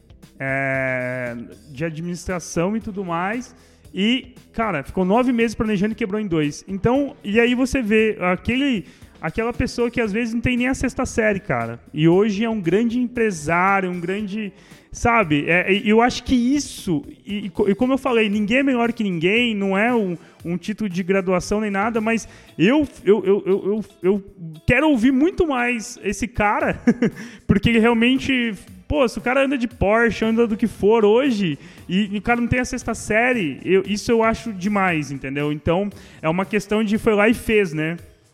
de administração e tudo mais, e, cara, ficou 9 meses planejando e quebrou em 2. Então, e aí você vê aquela pessoa que às vezes não tem nem a 6ª série, cara. E hoje é um grande empresário, um grande... Sabe? Eu acho que isso... E como eu falei, ninguém é melhor que ninguém, não é um título de graduação nem nada, mas eu quero ouvir muito mais esse cara, porque ele realmente... Pô, se o cara anda de Porsche, anda do que for hoje, e o cara não tem a 6ª série, isso eu acho demais, entendeu? Então, é uma questão de foi lá e fez, né?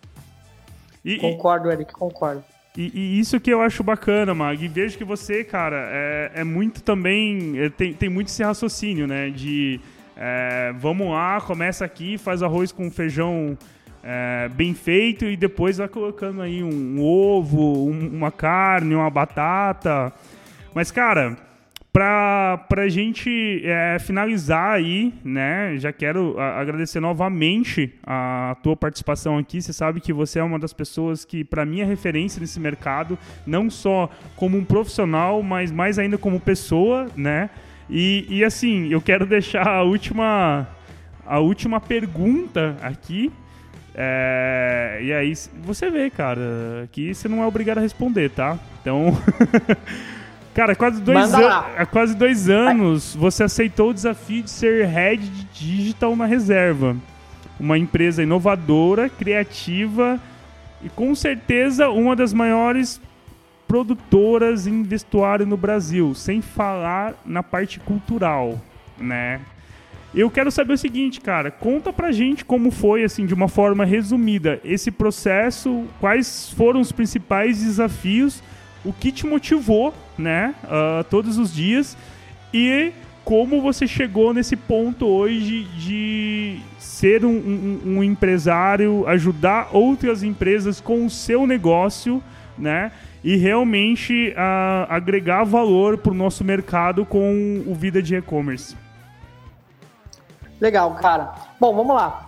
Concordo, Eric, concordo. E isso que eu acho bacana, Mag. E vejo que você, cara, é muito também... Tem muito esse raciocínio, né? De vamos lá, começa aqui, faz arroz com feijão bem feito e depois vai colocando aí um ovo, uma carne, uma batata. Mas, cara, pra gente finalizar aí, né? Já quero agradecer novamente a tua participação aqui. Você sabe que você é uma das pessoas que, pra mim, é referência nesse mercado, não só como um profissional, mas mais ainda como pessoa, né? E assim, eu quero deixar a última pergunta aqui. E aí, você vê, cara, que você não é obrigado a responder, tá? Então... Cara, há quase 2 anos você aceitou o desafio de ser Head de Digital na Reserva. Uma empresa inovadora, criativa e com certeza uma das maiores produtoras em vestuário no Brasil, sem falar na parte cultural, né? Eu quero saber o seguinte, cara, conta pra gente como foi, assim, de uma forma resumida, esse processo, quais foram os principais desafios, o que te motivou, né, todos os dias, e como você chegou nesse ponto hoje de ser um empresário, ajudar outras empresas com o seu negócio, né, e realmente agregar valor para o nosso mercado com o Vida de E-Commerce. Legal, cara. Bom, vamos lá.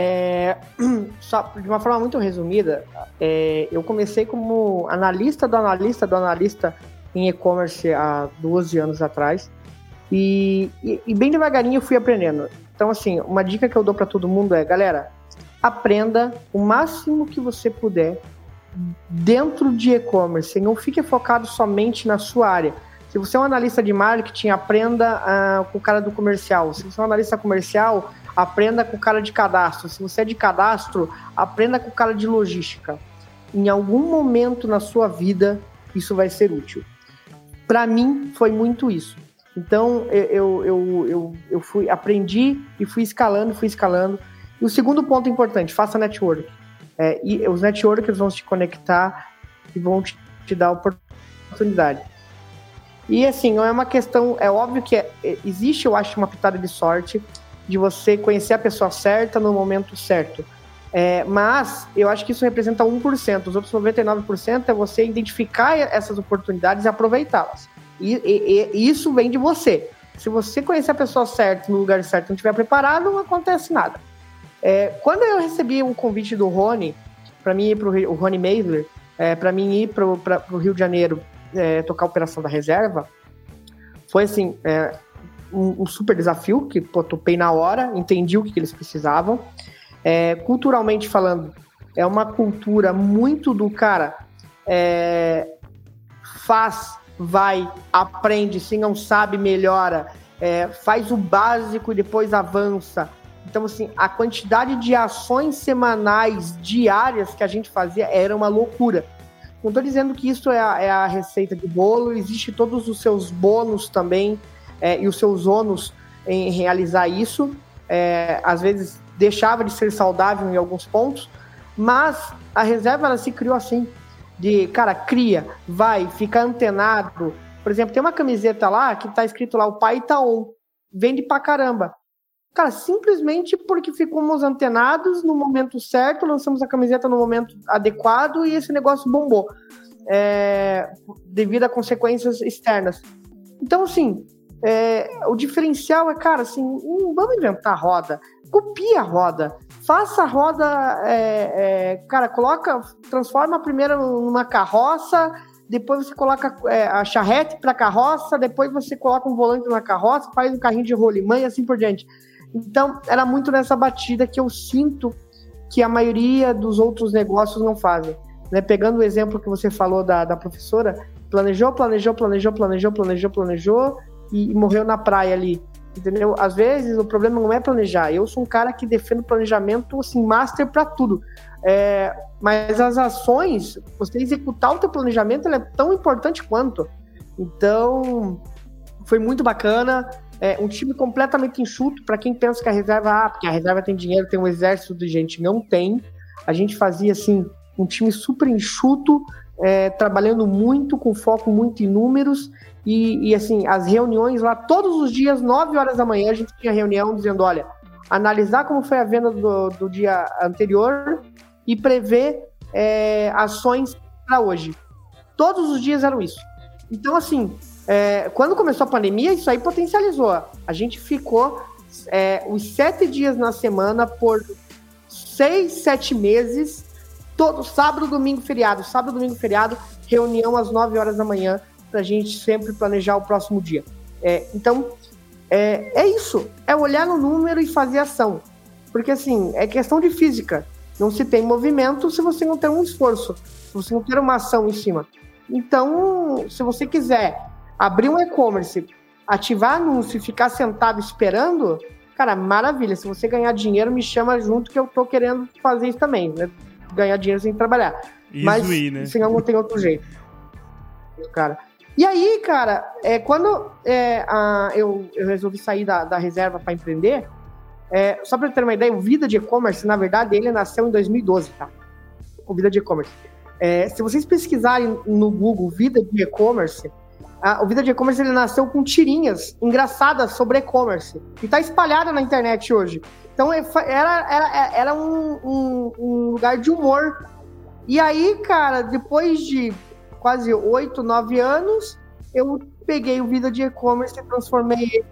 Só de uma forma muito resumida, eu comecei como analista do analista em e-commerce há 12 anos atrás e bem devagarinho eu fui aprendendo. Então, assim, uma dica que eu dou para todo mundo é, galera, aprenda o máximo que você puder dentro de e-commerce, não fique focado somente na sua área. Se você é um analista de marketing, aprenda com o cara do comercial. Se você é um analista comercial, aprenda com o cara de cadastro. Se você é de cadastro, aprenda com o cara de logística. Em algum momento na sua vida, isso vai ser útil. Para mim, foi muito isso. Então, eu aprendi e fui escalando. E o segundo ponto importante, faça network. E os networkers vão te conectar e vão te dar oportunidade. E assim, não é uma questão, é óbvio que existe, eu acho, uma pitada de sorte de você conhecer a pessoa certa no momento certo. Mas eu acho que isso representa 1%. Os outros 99% é você identificar essas oportunidades e aproveitá-las. E isso vem de você. Se você conhecer a pessoa certa no lugar certo e não estiver preparado, não acontece nada. Quando eu recebi o convite do Rony, para mim ir para o Rony Meisler, para mim ir para o Rio de Janeiro, tocar a operação da reserva, foi assim, um super desafio, que topei na hora, entendi o que eles precisavam. Culturalmente falando, é uma cultura muito do cara, faz, vai, aprende, se não sabe, melhora, faz o básico e depois avança. Então, assim, a quantidade de ações semanais, diárias que a gente fazia era uma loucura. Não estou dizendo que isso é a receita de bolo, existe todos os seus bônus também e os seus ônus em realizar isso. Às vezes deixava de ser saudável em alguns pontos, mas a reserva ela se criou assim, de, cara, cria, vai, fica antenado. Por exemplo, tem uma camiseta lá que está escrito lá, o pai tá on, vende pra caramba. Cara, simplesmente porque ficamos antenados no momento certo, lançamos a camiseta no momento adequado e esse negócio bombou, devido a consequências externas. Então, assim, o diferencial é, cara, assim, não vamos inventar roda, copia a roda, faça a roda, cara, transforma primeiro numa carroça, depois você coloca a charrete para carroça, depois você coloca um volante na carroça, faz um carrinho de rolimã e assim por diante. Então, era muito nessa batida que eu sinto que a maioria dos outros negócios não fazem. Né? Pegando o exemplo que você falou da professora, planejou e morreu na praia ali. Entendeu? Às vezes o problema não é planejar. Eu sou um cara que defendo planejamento assim, master para tudo. Mas as ações, você executar o teu planejamento, ele é tão importante quanto. Então, foi muito bacana. Um time completamente enxuto. Para quem pensa que a reserva, porque a reserva tem dinheiro, tem um exército de gente, não tem. A gente fazia assim um time super enxuto, trabalhando muito, com foco muito em números. E assim, as reuniões lá, todos os dias, 9 horas da manhã, a gente tinha reunião dizendo, olha, analisar como foi a venda do dia anterior e prever ações para hoje. Todos os dias eram isso. Então, assim, quando começou a pandemia, isso aí potencializou. A gente ficou os 7 dias na semana por 6, 7 meses, todo sábado, domingo, feriado, reunião às 9 horas da manhã, para a gente sempre planejar o próximo dia. Então, é isso. É olhar no número e fazer ação. Porque, assim, é questão de física. Não se tem movimento se você não tem um esforço, se você não tem uma ação em cima. Então, se você quiser abrir um e-commerce, ativar anúncio e ficar sentado esperando, cara, maravilha. Se você ganhar dinheiro, me chama junto que eu tô querendo fazer isso também, né? Ganhar dinheiro sem trabalhar. Mas, né? Senão não tem outro jeito. Cara. E aí, cara, quando eu resolvi sair da reserva para empreender, só para ter uma ideia, o Vida de E-Commerce, na verdade, ele nasceu em 2012, tá? O Vida de E-Commerce. Se vocês pesquisarem no Google Vida de E-Commerce, o Vida de E-Commerce ele nasceu com tirinhas engraçadas sobre e-commerce. E tá espalhada na internet hoje. Então, era um lugar de humor. E aí, cara, depois de quase 8, 9 anos, eu peguei o Vida de E-Commerce e transformei ele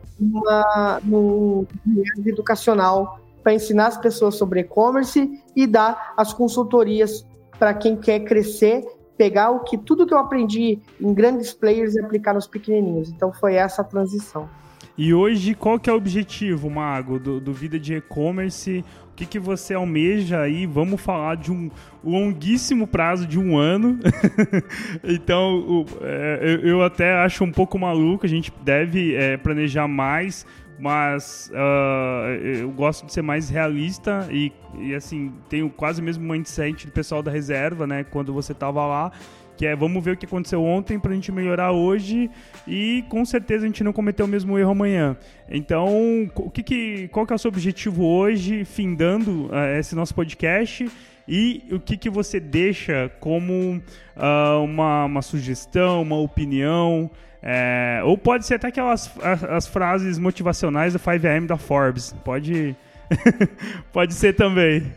no educacional para ensinar as pessoas sobre e-commerce e dar as consultorias para quem quer crescer, pegar tudo que eu aprendi em grandes players e aplicar nos pequenininhos. Então foi essa a transição. E hoje, qual que é o objetivo, Mago, do Vida de E-Commerce? O que você almeja aí? Vamos falar de um longuíssimo prazo de 1 ano. Então, eu até acho um pouco maluco, a gente deve planejar mais, mas eu gosto de ser mais realista e assim, tenho quase o mesmo mindset do pessoal da reserva, né, quando você estava lá, que vamos ver o que aconteceu ontem pra gente melhorar hoje e com certeza a gente não cometer o mesmo erro amanhã. Então, qual que é o seu objetivo hoje, findando esse nosso podcast, e o que você deixa como uma sugestão, uma opinião, ou pode ser até aquelas as frases motivacionais do 5am da Forbes, pode ser também.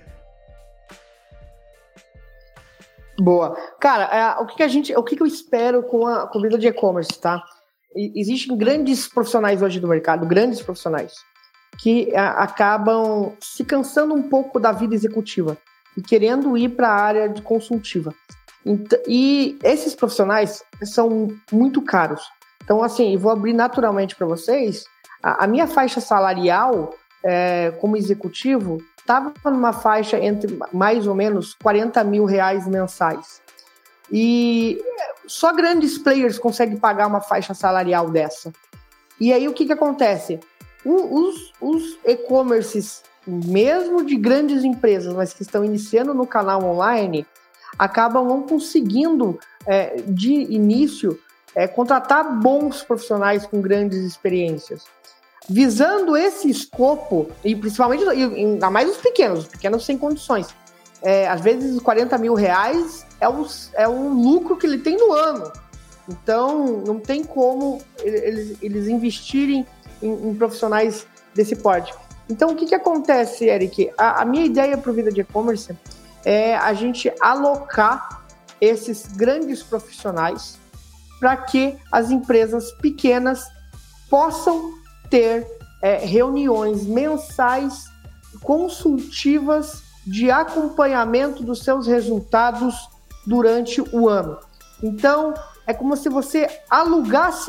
Boa. Cara, o que eu espero com a Vida de E-Commerce, tá? Existem grandes profissionais hoje do mercado, grandes profissionais, que acabam se cansando um pouco da vida executiva e querendo ir para a área de consultiva. E esses profissionais são muito caros. Então, assim, eu vou abrir naturalmente para vocês. A minha faixa salarial como executivo estava numa faixa entre mais ou menos R$40 mil mensais. E só grandes players conseguem pagar uma faixa salarial dessa. E aí o que acontece? Os e-commerces, mesmo de grandes empresas, mas que estão iniciando no canal online, acabam não conseguindo, de início, contratar bons profissionais com grandes experiências. Visando esse escopo, e principalmente, ainda mais os pequenos sem condições. Às vezes, R$40 mil é um lucro que ele tem no ano. Então, não tem como eles investirem em profissionais desse porte. Então, o que acontece, Eric? A minha ideia para o Vida de E-Commerce é a gente alocar esses grandes profissionais para que as empresas pequenas possam ter reuniões mensais consultivas de acompanhamento dos seus resultados durante o ano. Então, é como se você alugasse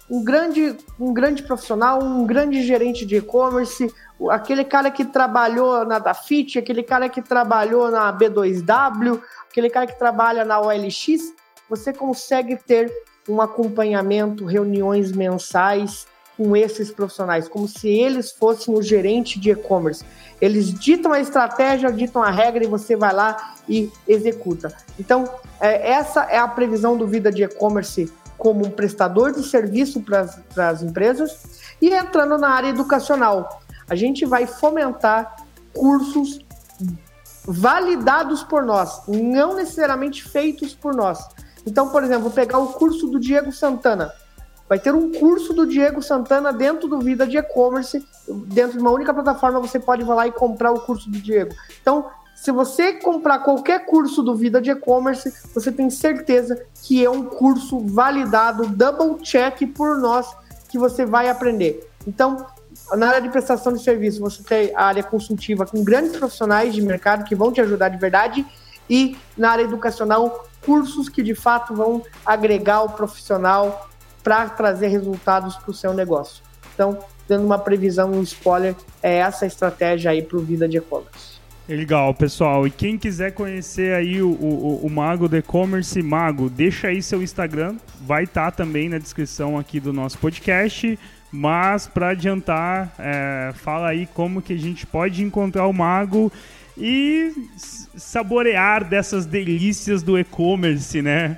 um grande profissional, um grande gerente de e-commerce, aquele cara que trabalhou na Dafit, aquele cara que trabalhou na B2W, aquele cara que trabalha na OLX, você consegue ter um acompanhamento, reuniões mensais com esses profissionais, como se eles fossem o gerente de e-commerce. Eles ditam a estratégia, ditam a regra e você vai lá e executa. Então, essa é a previsão do Vida de E-Commerce como um prestador de serviço para as empresas. E entrando na área educacional, a gente vai fomentar cursos validados por nós, não necessariamente feitos por nós. Então, por exemplo, vou pegar o curso do Diego Santana. Vai ter um curso do Diego Santana dentro do Vida de E-Commerce, dentro de uma única plataforma, você pode ir lá e comprar o curso do Diego. Então, se você comprar qualquer curso do Vida de E-Commerce, você tem certeza que é um curso validado, double check por nós, que você vai aprender. Então, na área de prestação de serviço, você tem a área consultiva com grandes profissionais de mercado que vão te ajudar de verdade, e na área educacional, cursos que de fato vão agregar o profissional para trazer resultados para o seu negócio. Então, dando uma previsão, um spoiler, é essa a estratégia aí para o Vida de E-Commerce. Legal, pessoal. E quem quiser conhecer aí o Mago do E-Commerce, Mago, deixa aí seu Instagram, vai estar também na descrição aqui do nosso podcast, mas para adiantar, fala aí como que a gente pode encontrar o Mago e saborear dessas delícias do e-commerce, né?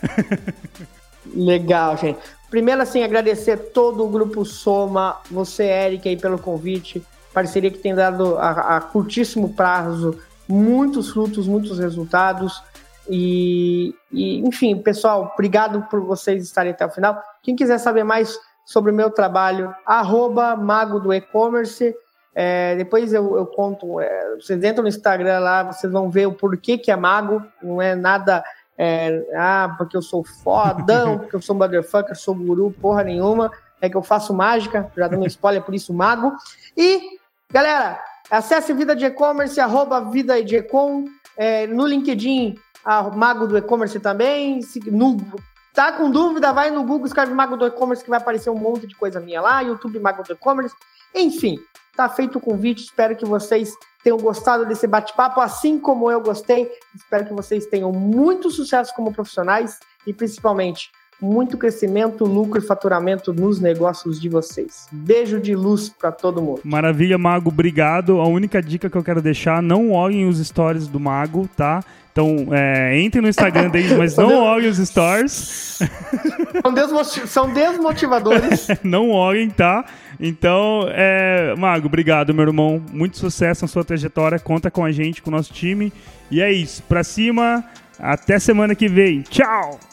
Legal, gente. Primeiro, assim, agradecer todo o Grupo Soma, você, Eric, aí pelo convite, parceria que tem dado a curtíssimo prazo muitos frutos, muitos resultados. E, enfim, pessoal, obrigado por vocês estarem até o final. Quem quiser saber mais sobre o meu trabalho, @mago do e-commerce. Depois eu conto, vocês entram no Instagram lá, vocês vão ver o porquê que é mago, não é nada... porque eu sou fodão, porque eu sou motherfucker, sou guru, porra nenhuma, é que eu faço mágica, já dando um spoiler, por isso mago. E, galera, acesse Vida de E-Commerce, @vida de ecom, no LinkedIn, Mago do E-Commerce também. Tá com dúvida, vai no Google, escreve Mago do E-Commerce que vai aparecer um monte de coisa minha lá, YouTube Mago do E-Commerce, enfim, tá feito o convite, espero que vocês tenham gostado desse bate-papo, assim como eu gostei. Espero que vocês tenham muito sucesso como profissionais e, principalmente, muito crescimento, lucro e faturamento nos negócios de vocês. Beijo de luz para todo mundo. Maravilha, Mago, obrigado. A única dica que eu quero deixar, não olhem os stories do Mago, tá? Então, entrem no Instagram deles, mas não olhem os stories. São desmotivadores. Não olhem, tá? Então, Mago, obrigado, meu irmão. Muito sucesso na sua trajetória. Conta com a gente, com o nosso time. E é isso. Pra cima. Até semana que vem. Tchau!